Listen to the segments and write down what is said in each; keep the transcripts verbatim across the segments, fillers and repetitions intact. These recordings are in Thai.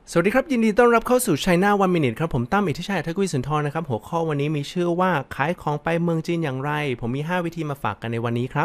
สวัสดีครับยินดีต้อนรับเข้าสู่ China One Minute ครับผมตั้มอิทธิชัยอัธกุลสุนทรนะครับหัวข้อวันนี้มีชื่อว่าขายของไปเมืองจีนอย่างไรผมมีห้าวิธีมาฝากกันในวันนี้ครับ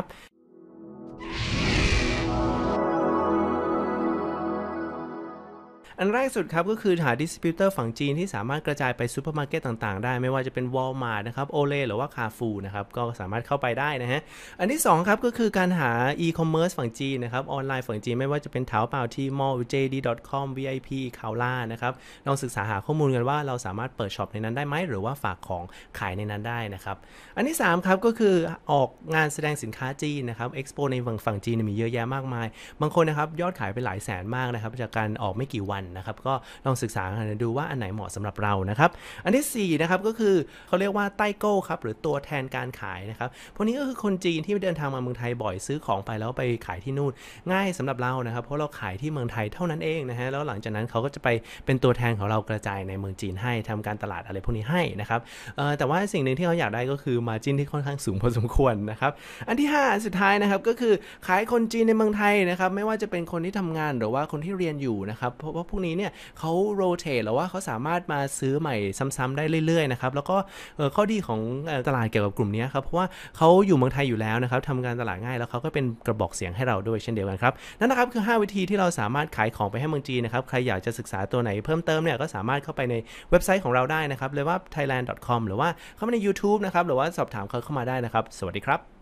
อันแรกสุดครับก็คือหาดิสติบิวเตอร์ฝั่งจีนที่สามารถกระจายไปซูเปอร์มาร์เก็ตต่างๆได้ไม่ว่าจะเป็น Walmart นะครับโอเลหรือว่าคาฟูนะครับก็สามารถเข้าไปได้นะฮะอันที่สองครับก็คือการหา e-commerce ฝั่งจีนนะครับออนไลน์ฝั่งจีนไม่ว่าจะเป็น Taobao Tmall เจ ดี ดอท คอม วี ไอ พี Kaola นะครับลองศึกษาหาข้อมูลกันว่าเราสามารถเปิดช็อปในนั้นได้ไหมหรือว่าฝากของขายในนั้นได้นะครับอันที่สามครับก็คือออกงานแสดงสินค้าจีนนะครับเอ็กซ์โปในฝั่งจีนมีเยอะแยะมากมายบางคนนะครับยอดขายไปหลายแสนมากนะครับจากการออกไม่กี่วันนะครับก็ลองศึกษาดูว่าอันไหนเหมาะสำหรับเรานะครับอันที่สี่นะครับก็คือเขาเรียกว่าไต้โก้ครับหรือตัวแทนการขายนะครับพวกนี้ก็คือคนจีนที่เดินทางมาเมืองไทยบ่อยซื้อของไปแล้วไปขายที่นู่นง่ายสำหรับเรานะครับเพราะเราขายที่เมืองไทยเท่านั้นเองนะฮะแล้วหลังจากนั้นเขาก็จะไปเป็นตัวแทนของเรากระจายในเมืองจีนให้ทำการตลาดอะไรพวกนี้ให้นะครับแต่ว่าสิ่งหนึ่งที่เขาอยากได้ก็คือมาจิ้นที่ค่อนข้างสูงพอสมควรนะครับอันที่ห้าอันสุดท้ายนะครับก็คือขายคนจีนในเมืองไทยนะครับไม่ว่าจะเป็นคนที่ทำงานหรือว่าคนที่เรียนอยู่นะครับเพราะว่าพวกนี้เนี่ยเขาโรเตทหรือว่าเขาสามารถมาซื้อใหม่ซ้ำๆได้เรื่อยๆนะครับแล้วก็ข้อดีของตลาดเกี่ยวกับกลุ่มนี้ครับเพราะว่าเขาอยู่เมืองไทยอยู่แล้วนะครับทำการตลาดง่ายแล้วเขาก็เป็นกระบอกเสียงให้เราด้วยเช่นเดียวกันครับนั่นนะครับคือห้าวิธีที่เราสามารถขายของไปให้เมืองจีนนะครับใครอยากจะศึกษาตัวไหนเพิ่มเติมเนี่ยก็สามารถเข้าไปในเว็บไซต์ของเราได้นะครับเลยว่า ไทยแลนด์ ดอท คอม หรือว่าเข้ามาใน ยูทูบ นะครับหรือว่าสอบถามเขาเข้ามาได้นะครับสวัสดีครับ